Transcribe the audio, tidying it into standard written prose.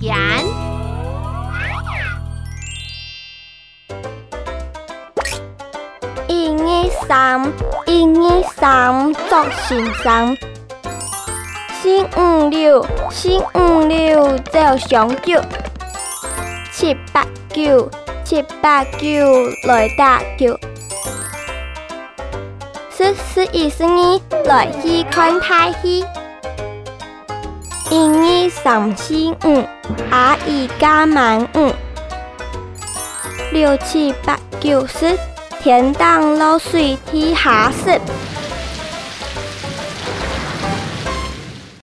言。123作成三，新五六走上九，789来打球，11、12来去看拍戏，1、2、3、4、5阿姨加满5，6、7、8、9、10天当流水天下湿。